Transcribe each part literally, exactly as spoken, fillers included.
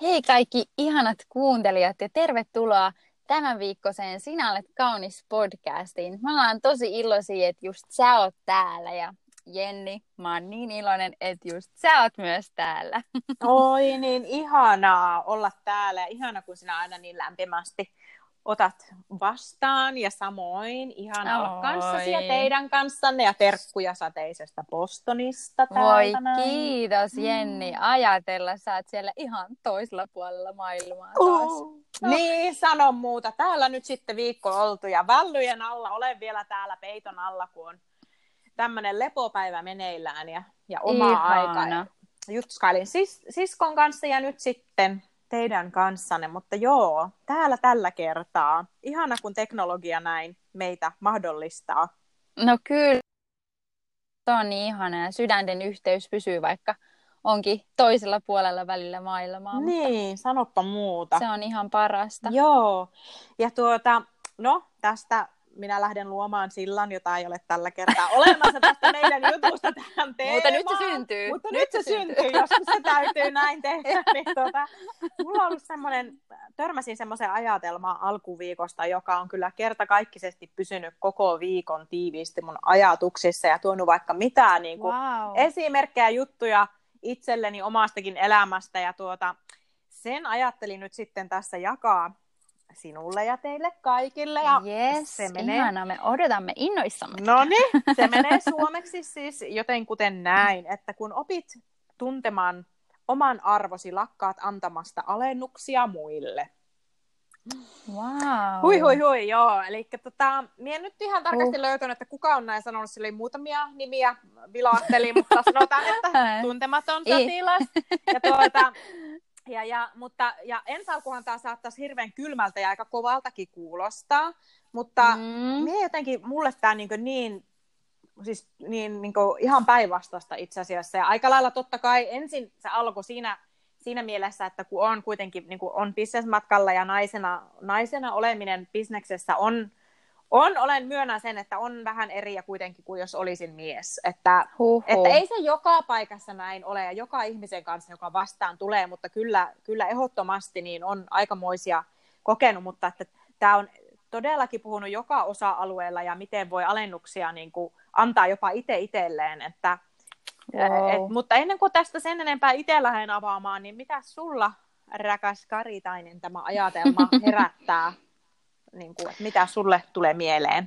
Hei kaikki ihanat kuuntelijat ja tervetuloa tämän viikkoiseen Sinä olet kaunis podcastiin. Me ollaan tosi iloisia, että just sä oot täällä ja Jenni, mä oon niin iloinen, että just sä oot myös täällä. Oi niin ihanaa olla täällä ja ihana kun sinä aina niin lämpimästi otat vastaan ja samoin ihana olla kanssasi ja Oi. teidän kanssanne ja terkkuja sateisesta Bostonista Voi täältä näin. kiitos Jenni, ajatella sä oot siellä ihan toisella puolella maailmaa taas. Uh. Niin, sano muuta. Täällä nyt sitten viikko oltu ja vällyjen alla, olen vielä täällä peiton alla, kun on tämmöinen lepopäivä meneillään ja, ja omaa aikaa. Jutskailin sis, siskon kanssa ja nyt sitten teidän kanssanne, mutta joo, täällä tällä kertaa. Ihana, kun teknologia näin meitä mahdollistaa. No kyllä, se on niin ihana ja sydänten yhteys pysyy, vaikka onkin toisella puolella välillä maailmaa. Niin, sanoppa muuta. Se on ihan parasta. Joo, ja tuota, no tästä minä lähden luomaan sillan, jota ei ole tällä kertaa olemassa tästä meidän jutusta tähän teemaan. Mutta nyt se syntyy. Mutta nyt, nyt se syntyy, syntyy. Joskus se täytyy näin tehdä. Niin tuota, mulla on ollut semmoinen, törmäsin semmoiseen ajatelmaan alkuviikosta, joka on kyllä kertakaikkisesti pysynyt koko viikon tiiviisti mun ajatuksissa ja tuonut vaikka mitään niin kuin wow. esimerkkejä, juttuja itselleni omastakin elämästä. Ja tuota, sen ajattelin nyt sitten tässä jakaa sinulle ja teille kaikille. Ja yes, se menee... ihana, me odotamme innoissamme. No niin, se menee suomeksi siis jotenkuten näin, että kun opit tuntemaan oman arvosi, lakkaat antamasta alennuksia muille. Wow. Hui, hui, hui, joo. Eli tota, minä en nyt ihan tarkasti uh. löytänyt, että kuka on näin sanonut, sillä muutamia nimiä vilahteli, mutta sanotaan, että tuntematon sotilas. Ja tuota... Ja, ja, mutta, ja ensi alkuhan tämä saattaisi hirveän kylmältä ja aika kovaltakin kuulostaa, mutta mm. mie jotenkin, mulle tämä niin, niin, siis niin, niin ihan päinvastaista itse asiassa. Ja aika lailla totta kai ensin se alkoi siinä, siinä mielessä, että kun on kuitenkin niin on bisnesmatkalla ja naisena, naisena oleminen bisneksessä on, on, olen myönnän sen, että on vähän eriä kuitenkin kuin jos olisin mies. Että, että ei se joka paikassa näin ole ja joka ihmisen kanssa, joka vastaan tulee, mutta kyllä, kyllä ehdottomasti niin on aikamoisia kokenut, mutta että tämä on todellakin puhunut joka osa-alueella ja miten voi alennuksia niin kuin antaa jopa itse itselleen. Että, wow. et, mutta ennen kuin tästä sen enempää itse lähden avaamaan, niin mitä sulla, rakas Karitainen, tämä ajatelma herättää? Niin kuin, että mitä sulle tulee mieleen?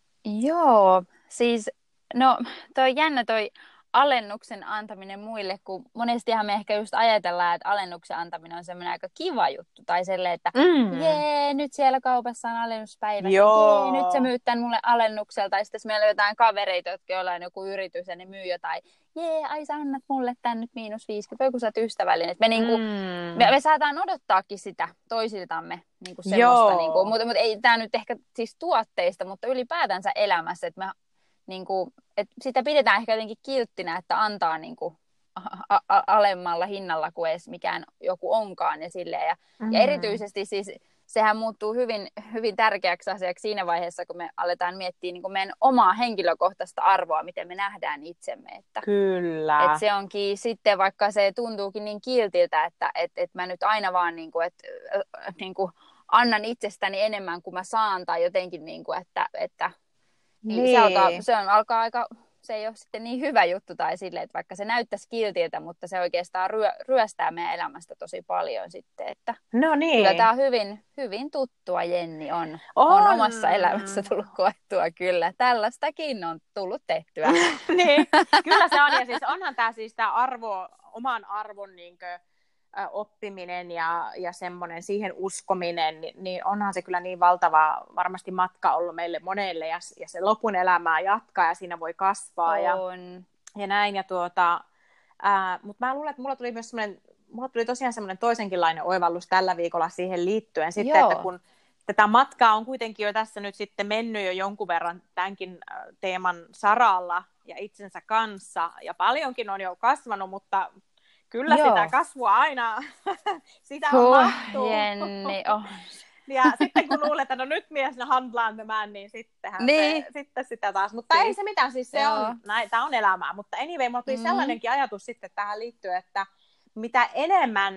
Joo, siis no toi jännä toi alennuksen antaminen muille, kun monestihan me ehkä just ajatellaan, että alennuksen antaminen on semmoinen aika kiva juttu, tai sellainen, että mm. jee, nyt siellä kaupassa on alennuspäivä, jee, nyt sä myyt tän mulle alennuksella, tai sitten meillä on jotain kavereita, jotka on joku yritys ja ne myy jotain, jee, ai sä annat mulle tän nyt miinus viisikymmentä, voi kun sä oot ystävällinen, että me, niinku, mm. me, me saadaan odottaakin sitä toisiltamme niinku semmoista, niinku, mutta, mutta ei tää nyt ehkä siis tuotteista, mutta ylipäätänsä elämässä, että me Niinku, et sitä pidetään ehkä jotenkin kilttinä, että antaa niinku a- a- alemmalla hinnalla kuin edes mikään joku onkaan. Ja, silleen. Ja, mm-hmm. ja erityisesti siis sehän muuttuu hyvin, hyvin tärkeäksi asiaksi siinä vaiheessa, kun me aletaan miettiä niinku meidän omaa henkilökohtaista arvoa, miten me nähdään itsemme. Että, Kyllä. Että se onkin sitten, vaikka se tuntuukin niin kiltiltä, että et, et mä nyt aina vaan niinku, et, äh, niinku, annan itsestäni enemmän kuin mä saan tai jotenkin, niinku, että... että Niin, niin. Se, alkaa, se on alkaa aika, se ei ole sitten niin hyvä juttu tai silleen, että vaikka se näyttäisi kiltiltä, mutta se oikeastaan ryö, ryöstää meidän elämästä tosi paljon sitten, että no niin. Kyllä tämä on hyvin, hyvin tuttua, Jenni, on, on. on omassa elämässä tullut koettua kyllä. Tällaistakin on tullut tehtyä. Niin, kyllä se on, ja siis onhan tämä siis tämä arvo, oman arvon niinkö, oppiminen ja, ja semmoinen siihen uskominen, niin, niin onhan se kyllä niin valtava varmasti matka ollut meille monelle ja, ja se lopun elämää jatkaa ja siinä voi kasvaa ja, ja näin. Ja tuota, ää, mutta mä luulen, että mulla tuli myös semmoinen, mulla tuli tosiaan semmoinen toisenkinlainen oivallus tällä viikolla siihen liittyen sitten, Joo. että kun tätä matkaa on kuitenkin jo tässä nyt sitten mennyt jo jonkun verran tämänkin teeman saralla ja itsensä kanssa ja paljonkin on jo kasvanut, mutta kyllä Joo. sitä kasvua aina, sitä huh, mahtuu. Jenni, oh. Ja sitten kun luulet, että no nyt mies handlaan tämän, niin sittenhän niin. se, sitten sitä taas. Mutta siis, ei se mitään, siis se on, näin, tämä on elämää. Mutta anyway, mulla tuli mm. sellainenkin ajatus sitten tähän liittyen, että mitä enemmän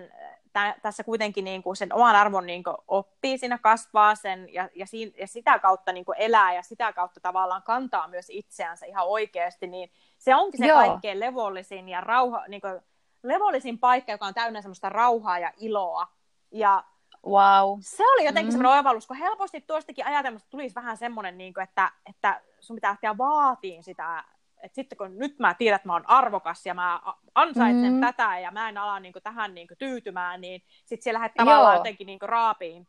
tä, tässä kuitenkin niin kuin sen oman arvon niin kuin oppii, siinä kasvaa sen ja, ja, siinä, ja sitä kautta niin kuin elää ja sitä kautta tavallaan kantaa myös itseänsä ihan oikeasti, niin se onkin se Joo. kaikkein levollisin ja rauha, niin kuin levollisin paikka, joka on täynnä semmoista rauhaa ja iloa. Ja wow. se oli jotenkin mm. semmoinen oivallus, kun helposti tuostakin ajatelmasta tulisi vähän semmoinen, niin kuin, että, että sun pitää lähteä vaatiin sitä, että sitten kun nyt mä tiedän, että mä oon arvokas ja mä ansaitsen mm. tätä ja mä en ala niin kuin, tähän niin kuin, tyytymään, niin sitten siellä lähdet tavallaan Joo. jotenkin niin kuin, raapiin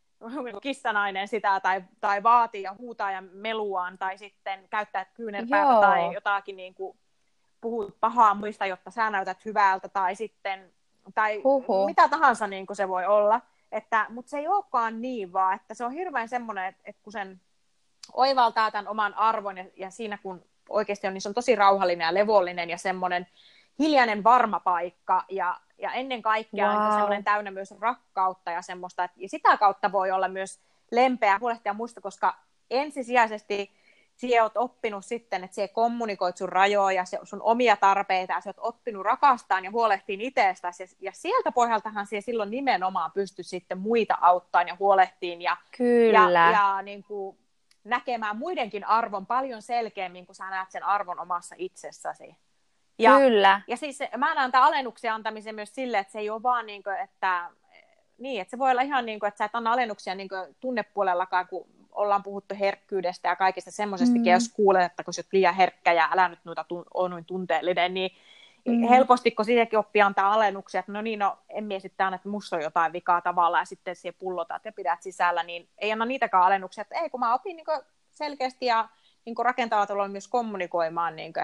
kissanainen sitä tai, tai vaatii ja huutaa ja meluaan tai sitten käyttää kyynärpäätä Joo. tai jotakin niin kuin, puhut pahaa muista, jotta sä näytät hyvältä tai sitten tai Huhhuh. mitä tahansa niin kuin se voi olla. Että, mutta se ei olekaan niin, vaan että se on hirveän semmoinen, että, että kun sen oivaltaa tämän oman arvon ja, ja siinä kun oikeasti on, niin se on tosi rauhallinen ja levollinen ja semmoinen hiljainen varma paikka ja, ja ennen kaikkea wow. niin semmoinen täynnä myös rakkautta ja semmoista, että, ja sitä kautta voi olla myös lempeä ja huolehtia muista, koska ensisijaisesti sinä olet oppinut sitten, että sinä kommunikoit sun rajoja, sun omia tarpeita, ja sinä olet oppinut rakastaan ja huolehtiin itsestäsi, ja, ja sieltä pohjaltahan sinä silloin nimenomaan pystyt sitten muita auttamaan ja huolehtiin, ja, Kyllä. ja, ja niin kuin näkemään muidenkin arvon paljon selkeämmin, kun sä näet sen arvon omassa itsessäsi. Ja, Kyllä. Ja siis mä näen tämän alennuksen antamisen myös sille, että se ei ole vaan niin kuin, että, niin, että se voi olla ihan niin kuin, että sä et anna alennuksia niin kuin tunnepuolellakaan, kun ollaan puhuttu herkkyydestä ja kaikista semmoisestakin, mm. jos kuulet, että kun sä oot liian herkkä ja älä nyt noita tun- on noin tunteellinen, niin mm. helposti, kun siitäkin oppii antaa alennuksia, että no niin, no en mie sitten anna, että musta on jotain vikaa tavallaan, ja sitten siihen pullotat ja pidät sisällä, niin ei anna niitäkään alennuksia, että ei, kun mä opin niin selkeästi ja niin rakentavalla tavalla myös kommunikoimaan niin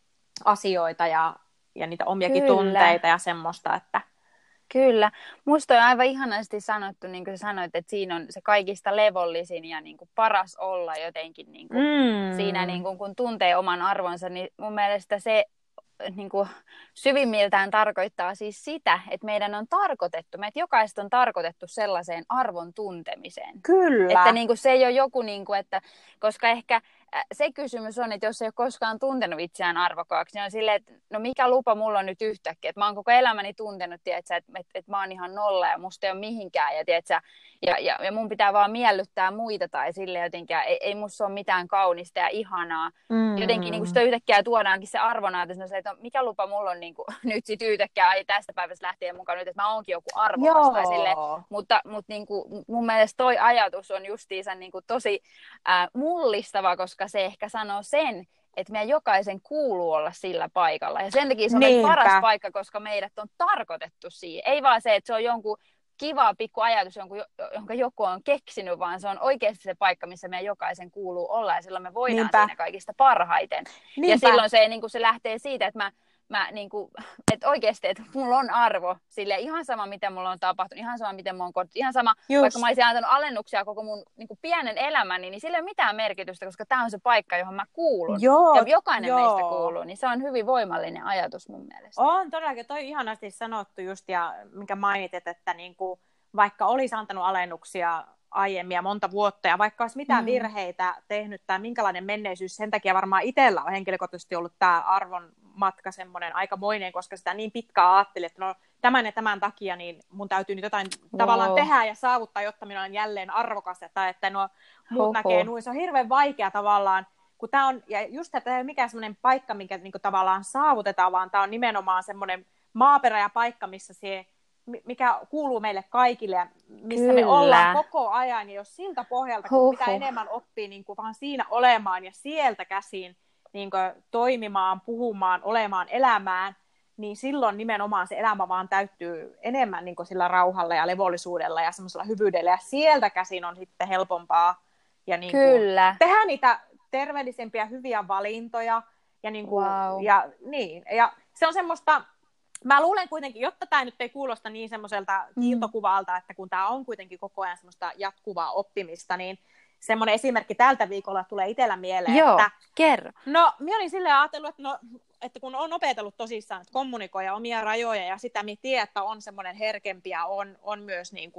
asioita ja, ja niitä omiakin Kyllä. tunteita ja semmoista, että Kyllä. Musta on aivan ihanasti sanottu, niin kuin sanoit, että siinä on se kaikista levollisin ja niin kuin paras olla jotenkin niin kuin mm. siinä, niin kuin, kun tuntee oman arvonsa, niin mun mielestä se niin kuin syvimmiltään tarkoittaa siis sitä, että meidän on tarkoitettu, meitä jokaista on tarkoitettu sellaiseen arvon tuntemiseen. Kyllä. Että niin kuin se ei ole joku, niin kuin, että, koska ehkä se kysymys on, että jos ei ole koskaan tuntenut itseään arvokkaaksi, niin on silleen, että no mikä lupa mulla on nyt yhtäkkiä, että mä oon koko elämäni tuntenut, tiedätkö, että, että, että mä oon ihan nolla ja musta ei ole mihinkään ja, tiedätkö, ja, ja, ja mun pitää vaan miellyttää muita tai silleen jotenkin, ei, ei musta ole mitään kaunista ja ihanaa. Mm. Jotenkin niin kuin sitä yhtäkkiä tuodaankin se arvonaatus, no se, että no, mikä lupa mulla on niin kuin, nyt sit yhtäkkiä, ai tästä päivästä lähtien mukaan nyt, että mä oonkin joku arvokas tai silleen, mutta, mutta niin kuin, mun mielestä toi ajatus on justiinsa niin kuin tosi äh, mullistava, koska se ehkä sanoo sen, että meidän jokaisen kuuluu olla sillä paikalla. Ja sen takia se on meidän paras paikka, koska meidät on tarkoitettu siihen. Ei vaan se, että se on jonkun kiva pikku ajatus, jonka joku on keksinyt, vaan se on oikeasti se paikka, missä meidän jokaisen kuuluu olla. Ja silloin me voidaan Niinpä. Siinä kaikista parhaiten. Niinpä. Ja silloin se, niin kuin se lähtee siitä, että mä Mä niinku, että oikeasti, että mulla on arvo sille ihan sama, mitä mulla on tapahtunut, ihan sama, miten mä oon kohdannut, ihan sama, Just. vaikka mä olisin antanut alennuksia koko mun niinku pienen elämäni, niin sillä ei ole mitään merkitystä, koska tää on se paikka, johon mä kuulun. Joo, ja jokainen joo. meistä kuuluu, niin se on hyvin voimallinen ajatus mun mielestä. On todellakin, toi ihanasti sanottu just, ja minkä mainitit, että niinku, vaikka olisi antanut alennuksia aiemmin ja monta vuotta, ja vaikka olisi mitään mm. virheitä tehnyt tai minkälainen menneisyys, sen takia varmaan itsellä on henkilökohtaisesti ollut tämä arvon matka semmoinen aikamoinen, koska sitä niin pitkään ajattelin, että no tämän ja tämän takia niin mun täytyy nyt jotain wow. tavallaan tehdä ja saavuttaa, jotta minä olen jälleen arvokas, tai että no muut Oho. näkee nuin. Se on hirveän vaikea tavallaan, kun tämä on, ja just että tämä ei ole mikään semmoinen paikka, minkä niin tavallaan saavutetaan, vaan tämä on nimenomaan semmoinen maaperä ja paikka, missä se mikä kuuluu meille kaikille ja missä Kyllä. me ollaan koko ajan. Ja jos siltä pohjalta, kun mitä enemmän oppii niin kuin vaan siinä olemaan ja sieltä käsin niin kuin toimimaan, puhumaan, olemaan, elämään, niin silloin nimenomaan se elämä vaan täyttyy enemmän niin kuin sillä rauhalla ja levollisuudella ja semmoisella hyvyydellä. Ja sieltä käsin on sitten helpompaa ja niin kuin Kyllä. tehdä niitä terveellisempiä, hyviä valintoja. Ja, niin kuin, wow. ja, niin, ja se on semmoista. Mä luulen kuitenkin, jotta tämä nyt ei kuulosta niin semmoiselta kiiltokuvalta, että kun tämä on kuitenkin koko ajan semmoista jatkuvaa oppimista, niin semmoinen esimerkki tältä viikolla tulee itsellä mieleen. Joo, että, kerro. No, minä olin silleen ajatellut, että, no, että kun on opetellut tosissaan, että kommunikoida omia rajoja ja sitä minä tiedän, että on semmoinen herkempi ja on, on myös niin kuin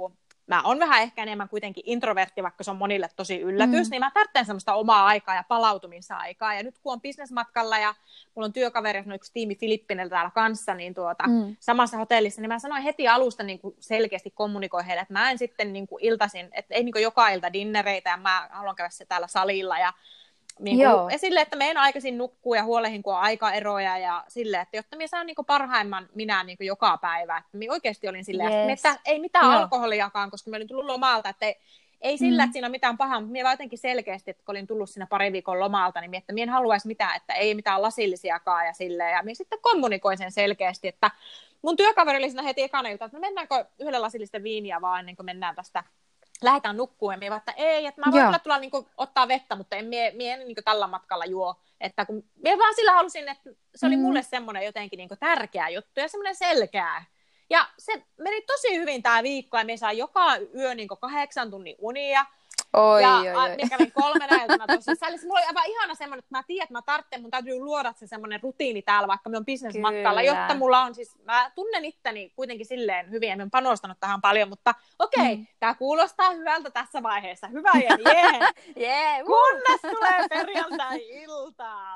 mä oon vähän ehkä enemmän kuitenkin introvertti, vaikka se on monille tosi yllätys, Mm. niin mä tarvitsen semmoista omaa aikaa ja palautumisaikaa. Ja nyt kun on bisnesmatkalla ja mulla on työkaveri, on yksi tiimi Filippinellä täällä kanssa, niin tuota, Mm. samassa hotellissa, niin mä sanoin heti alusta niin kuin selkeästi kommunikoi heille, että mä en sitten niin kuin iltaisin, että ei niin kuin joka ilta dinnereitä ja mä haluan käydä se täällä salilla ja niin kuin, ja silleen, että menen aikaisin nukkuu ja huolehin, kun on aikaeroja ja silleen, että jotta minä saan niin kuin parhaimman minä niin kuin joka päivä. Että minä oikeasti olin silleen, yes. että, että ei mitään Joo. alkoholiakaan, koska minä olin tullut lomalta, että ei, ei sillä, mm. että siinä on mitään pahaa, mutta minä vaan jotenkin selkeästi, että kun olin tullut siinä pari viikon lomalta, niin minä, että minä en haluaisi mitään, että ei mitään lasillisiakaan ja silleen. Ja minä sitten kommunikoin sen selkeästi, että mun työkaveri oli siinä heti ekana ilta, että no mennäänkö yhdellä lasillista viiniä vaan ennen kuin mennään tästä lähdetään nukkuun, ja minä vaan, että ei, että mä voin kyllä tulla niin kuin, ottaa vettä, mutta en mie, mie en niin kuin, tällä matkalla juo. Että kun minä vaan sillä halusin, että se oli mm. mulle semmoinen jotenkin niin kuin, tärkeä juttu ja semmoinen selkeä. Ja se meni tosi hyvin tämä viikko, ja minä saan joka yö niin kuin, kahdeksan tunnin unia. Oi, ja oi, oi. minä kävin kolmena iltana tuossa salissa. Mulla oli aivan ihana semmoinen, että mä tiedän, että mä tarvitsen, mun täytyy luoda se semmoinen rutiini täällä, vaikka minä on bisnesmatkalla, jotta mulla on siis, mä tunnen itteni kuitenkin silleen hyvin, ja minä olen panostanut tähän paljon, mutta okei, okay, mm. tämä kuulostaa hyvältä tässä vaiheessa. Hyvä ja jee. yeah, Kunnes tulee perjantai-iltaa.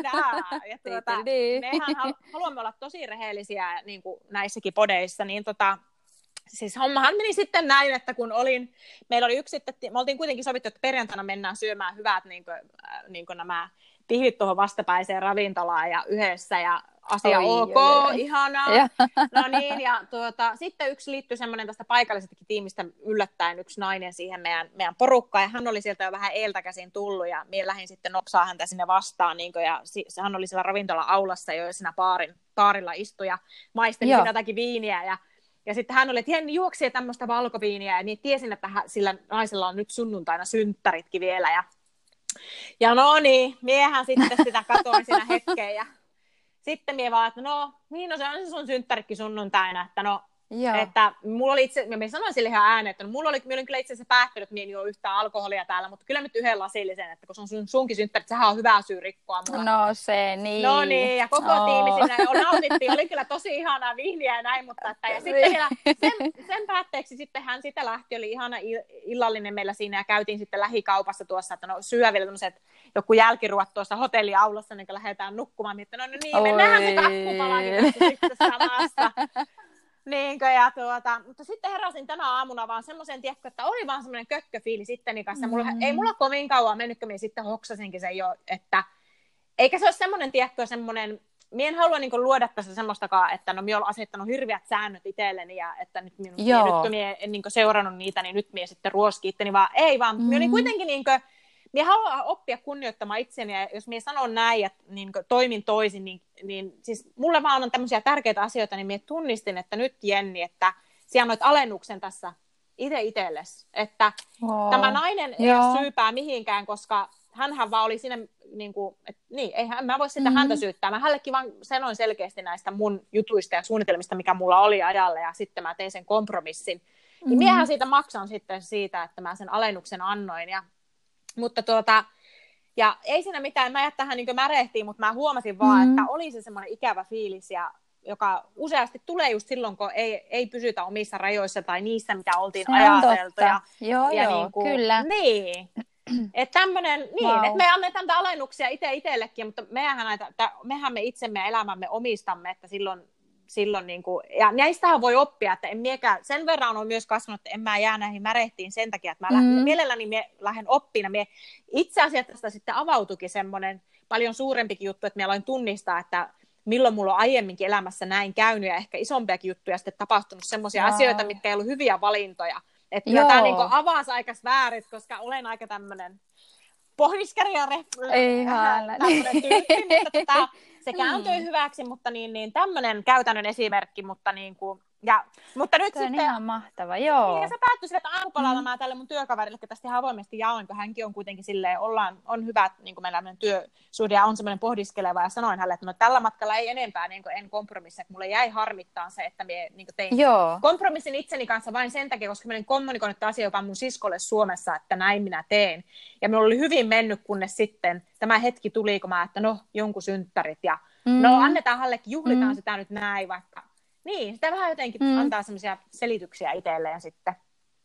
Ja tuota, mehän haluamme olla tosi rehellisiä niin kuin näissäkin podeissa, niin tota, siis hommahan meni sitten näin, että kun olin, meillä oli yksi sitten, me oltiin kuitenkin sovittu, että perjantaina mennään syömään hyvät niin kuin, äh, niin kuin nämä pihvit tuohon vastapäiseen ravintolaan ja yhdessä ja asia oi, ok, oi, oi. Ihanaa. Ja. No niin, ja tuota, sitten yksi liittyi semmoinen tästä paikallisestakin tiimistä yllättäen yksi nainen siihen meidän, meidän porukkaan, ja hän oli sieltä jo vähän eiltä käsin tullut, ja minä lähdin sitten nopsaa häntä sinne vastaan, niin kuin, ja hän oli siellä ravintola-aulassa jo siinä baarin, baarilla istui, ja maisteli jotakin viiniä, ja Ja sitten hän oli, että hän juoksi tämmöistä valkoviiniä, ja niin tiesin, että hän, sillä naisella on nyt sunnuntaina synttäritkin vielä. Ja, ja no niin, miehän sitten sitä katoin siinä hetkeen, ja sitten mie vaan, että no, niin no se on se sun synttäritkin sunnuntaina, että no, Joo. että mulla oli itse, mä sanoin sille ihan ääneen, että no, mulla oli, mä olin kyllä itse asiassa päättänyt, että mä en juo yhtään alkoholia täällä, mutta kyllä nyt yhden lasillisen, että kun se on sun, sunkin synttärit, sehän on hyvä syy rikkoa mulla. No se, niin. No niin, ja koko oh. tiimi siinä nautittiin, oli kyllä tosi ihanaa viiniä ja näin, mutta että, ja sitten vielä sen, sen päätteeksi sitten hän sitä lähti, oli ihana illallinen meillä siinä, ja käytiin sitten lähikaupassa tuossa, että no syö vielä tämmöiset joku jälkiruot tuossa hotelliaulassa, niin kun lähdetään nukkumaan, että no, no niin, mennään se kakkupalakin sitten samasta. Niinkö, ja tuota, mutta sitten heräsin tänä aamuna vaan semmoisen, tiedätkö, että oli vaan semmoinen kökköfiili sitteni kanssa. Mulla, mm. Ei mulla kovin kauan mennyt, kun minä sitten hoksasinkin sen jo, että eikä se ole semmoinen, tiedätkö, semmoinen, minä en halua niin kuin luoda tässä semmoistakaan, että no minä olen asettanut hirveät säännöt itselleni, ja että nyt, minä, minä, nyt kun minä en niin kuin seurannut niitä, niin nyt minä sitten ruoskiitteni, vaan ei vaan, mm. minä olin kuitenkin niin kuin, minä haluan oppia kunnioittamaan itseni, ja jos minä sanon näin, että niin toimin toisin, niin, niin siis mulle vaan on tämmöisiä tärkeitä asioita, niin minä tunnistin, että nyt Jenni, että sinä annoit alennuksen tässä itse itsellesi, että wow. tämä nainen ei Joo. syypää mihinkään, koska hänhän vaan oli siinä, niin kuin, että niin, eihän mä voi sitä mm-hmm. häntä syyttää. Mä hänellekin vaan sanoin selkeästi näistä mun jutuista ja suunnitelmista, mikä mulla oli ajalle, ja sitten mä tein sen kompromissin. Mm-hmm. Niin miehän siitä maksan sitten siitä, että mä sen alennuksen annoin, ja Mutta tuota, ja ei siinä mitään, mä jättähän niin märehtiin, mutta mä huomasin vaan, mm-hmm. että oli se semmoinen ikävä fiilis, ja, joka useasti tulee just silloin, kun ei, ei pysytä omissa rajoissa tai niissä, mitä oltiin se ajateltu. Ja, joo, ja joo, niin kuin, kyllä. Niin, että tämmöinen, niin, wow. että me annetaan tätä alennuksia itse itsellekin, mutta mehän, näitä, mehän me itsemme ja elämämme omistamme, että silloin, silloin niin kuin, ja näistähän voi oppia, että en miekään, sen verran on myös kasvanut, että en mä jää näihin märehtiin sen takia, että mä lähden, mm. mielelläni me lähden oppiin. Me, itse asiassa tästä sitten avautuikin semmoinen paljon suurempikin juttu, että mä aloin tunnistaa, että milloin mulla on aiemminkin elämässä näin käynyt, ja ehkä isompiakin juttuja sitten tapahtunut semmoisia wow. asioita, mitkä ei ollut hyviä valintoja. Että tämä niin avasi aika väärit, koska olen aika tämmöinen pohdiskeri ja tämmöinen tyyppi, mutta tota, se kääntyi mm. hyväksi, mutta niin, niin, tämmöinen käytännön esimerkki, mutta, niin kuin, ja, mutta nyt se on sitten... ihan mahtava, joo. Niin, ja se päättyi sille, että aamupalalla mm. mä tälle mun työkaverille, että tästä ihan avoimesti jaoin, kun hänkin on kuitenkin silleen, ollaan, on hyvä, niin kuin meillä on työsuhde ja on semmoinen pohdiskeleva, ja sanoin hänelle, että no tällä matkalla ei enempää, niin kuin en kompromissa, että mulle jäi harmittaa se, että mie niin kuin tein joo. kompromissin itseni kanssa vain sen takia, koska mä olin kommunikoinut asia jopa mun siskolle Suomessa, että näin minä teen. Ja minulla oli hyvin mennyt, kunnes sitten tämä hetki tuli, kun mä, että no jonkun synttärit, ja mm. no annetaan hänellekin, juhlitaan mm. sitä nyt näin, vaikka niin, sitä vähän jotenkin mm. antaa semmoisia selityksiä itselleen sitten.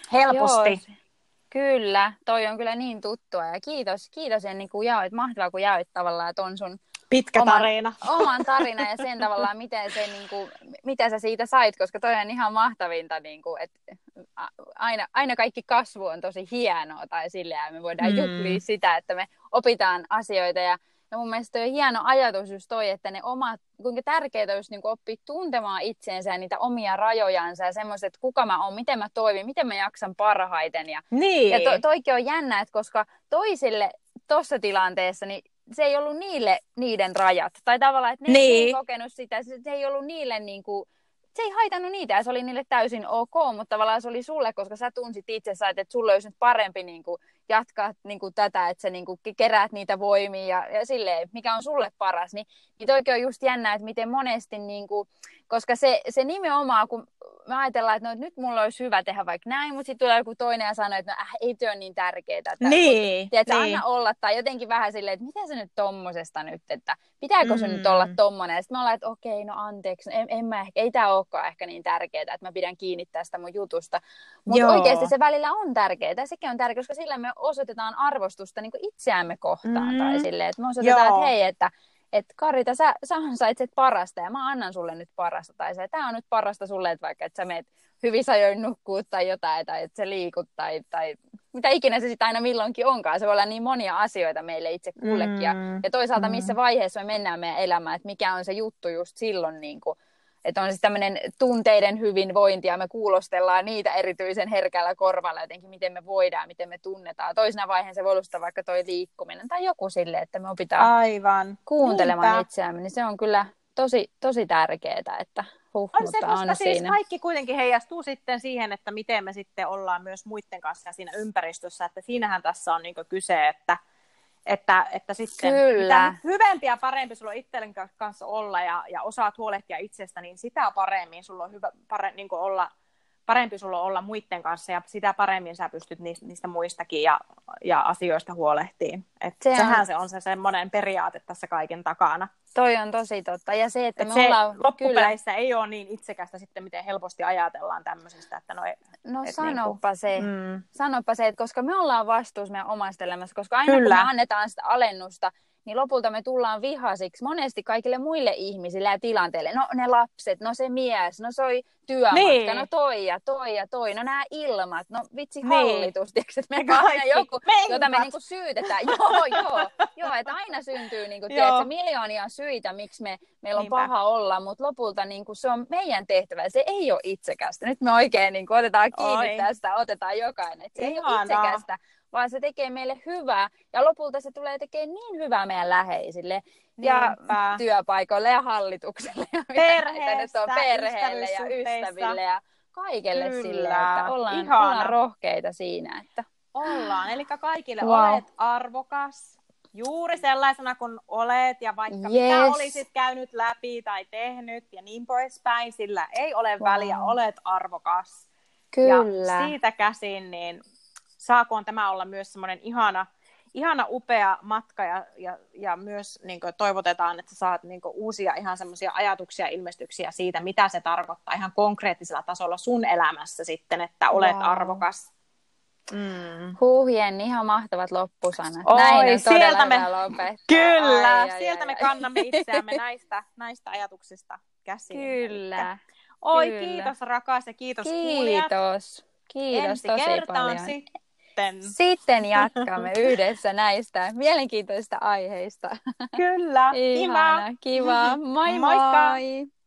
helposti. Joo, kyllä. Toi on kyllä niin tuttua ja kiitos, kiitos Jenni, kun jaoit. Mahtavaa, kun jaoit tavallaan ton sun pitkä oman, tarina. oman tarina ja sen tavallaan, miten, se, niin kuin, mitä sä siitä sait, koska toi on ihan mahtavinta, niin kuin, että aina, aina kaikki kasvu on tosi hienoa tai silleen, ja me voidaan mm. juhlia sitä, että me opitaan asioita ja Ja mun mielestä on hieno ajatus just toi, että ne omat, kuinka tärkeää olisi niin oppia tuntemaan itseensä ja niitä omia rajojansa ja semmoiset, että kuka mä oon, miten mä toimin, miten mä jaksan parhaiten. Ja, niin. ja to, toikin on jännä, että koska toisille tuossa tilanteessa, niin se ei ollut niille niiden rajat. Tai tavallaan, että ne, niin. ne ei kokenut sitä, se, se ei ollut niille niin kuin, se ei haitannut niitä ja se oli niille täysin ok, mutta tavallaan se oli sulle, koska sä tunsit itsessä, että sulle olisi nyt parempi niin kuin, jatkaa niin kuin, tätä, että sä niin kuin, keräät niitä voimia ja, ja silleen, mikä on sulle paras. Niin, niin toikin on just jännä, että miten monesti, niin kuin, koska se, se nimenomaan, kun me ajatellaan, että, no, että nyt mulla olisi hyvä tehdä vaikka näin, mutta sitten tulee joku toinen ja sanoo, että no, äh, ei työ niin tärkeää. Että, niin, tiedätkö, niin. anna olla, tai jotenkin vähän silleen, että mitä se nyt tommosesta nyt, että pitääkö mm. se nyt olla tommonen. Ja sitten me ollaan, että okei, no anteeksi, en, en mä ehkä, ei tämä olekaan ehkä niin tärkeää, että mä pidän kiinni tästä mun jutusta. Mutta oikeasti se välillä on tärkeää, ja sekin on tärkeää, koska sillä me osoitetaan arvostusta niin kuin itseämme kohtaan, mm. tai silleen, että me osoitetaan, Joo. että hei, että että Karita, sä, sä ansaitset parasta ja mä annan sulle nyt parasta. Tai se, tää on nyt parasta sulle, että vaikka että sä meet hyvissä ajoin nukkuu tai jotain, tai että sä liikut tai, tai mitä ikinä se sitten aina milloinkin onkaan. Se voi olla niin monia asioita meille itse kullekin. Mm. Ja, ja toisaalta missä vaiheessa me mennään meidän elämään, että mikä on se juttu just silloin, niin kuin, että on siis tämmöinen tunteiden hyvinvointi ja me kuulostellaan niitä erityisen herkällä korvalla jotenkin, miten me voidaan, miten me tunnetaan. Toisena vaiheen se voi olla vaikka toi liikkuminen tai joku silleen, että me opitaan Aivan. kuuntelemaan Niinpä. itseämme, niin se on kyllä tosi, tosi tärkeää, että huh, on se, koska on siis siinä. Kaikki kuitenkin heijastuu sitten siihen, että miten me sitten ollaan myös muiden kanssa siinä ympäristössä, että siinähän tässä on niin kuin kyse, että Että, että sitten Kyllä. mitä hyvempi ja parempi sulla on itsellen kanssa olla ja, ja osaat huolehtia itsestä, niin sitä paremmin sulla on hyvä, pare, niin kuin olla, parempi sulla on olla muiden kanssa ja sitä paremmin sä pystyt niistä, niistä muistakin ja, ja asioista huolehtiin. Et se sehän on, se on se semmoinen periaate tässä kaiken takana. Toi on tosi totta. Ja se, että Et me se ollaan... loppupeleissä ei ole niin itsekästä sitten, miten helposti ajatellaan tämmöisistä. Että no, no et sanoppa niinku, se. Mm. Sanoppa se, että koska me ollaan vastuussa meidän omasta elämässä, koska aina Kyllä. kun me annetaan sitä alennusta, niin lopulta me tullaan vihasiksi monesti kaikille muille ihmisille ja tilanteille. No ne lapset, no se mies, no soi työmatka, niin. no toi ja toi ja toi, no nämä ilmat, no vitsi niin. hallitus, tiiäks, että me aina joku, Menkat. jota me niinku syytetään. joo, joo, joo, että aina syntyy niinku, tiedätkö, miljoonia syitä, miksi me, meillä on Niinpä. paha olla, mutta lopulta niinku, se on meidän tehtävä, se ei ole itsekästä. Nyt me oikein niinku, otetaan kiinni Oi. tästä, otetaan jokainen, että se Ihanaa. ei ole itsekästä. Vaan se tekee meille hyvää ja lopulta se tulee tekemään niin hyvää meidän läheisille ja Niinpä. työpaikoille ja hallitukselle ja perheessä, on perheelle ja ystäville ja kaikelle Kyllä. sille, että ollaan, ollaan rohkeita siinä. Että... Ollaan, eli kaikille wow. olet arvokas juuri sellaisena kuin olet ja vaikka yes. mitä olisit käynyt läpi tai tehnyt ja niin poispäin, sillä ei ole wow. väliä, olet arvokas. Kyllä. Ja siitä käsin niin saakoon tämä olla myös semmoinen ihana, ihana upea matka ja, ja, ja myös niin kuin toivotetaan, että saat niin kuin uusia ihan semmoisia ajatuksia ja ilmestyksiä siitä, mitä se tarkoittaa ihan konkreettisella tasolla sun elämässä sitten, että olet wow. arvokas. Mm. Huh, Jenni, ihan mahtavat loppusanat. Oi, Näin on sieltä me, kyllä, ai, ai, sieltä ai, me ai. kannamme itseämme näistä, näistä ajatuksista käsiin. Kyllä. Oi, kyllä. kiitos rakas ja kiitos Kiitos. kuulijat. Kiitos Ensi tosi kertaan paljon. Sitten. Sitten jatkamme yhdessä näistä mielenkiintoisista aiheista. Kyllä, Ihana, kiva. Kiva. Moi Moikka. moi!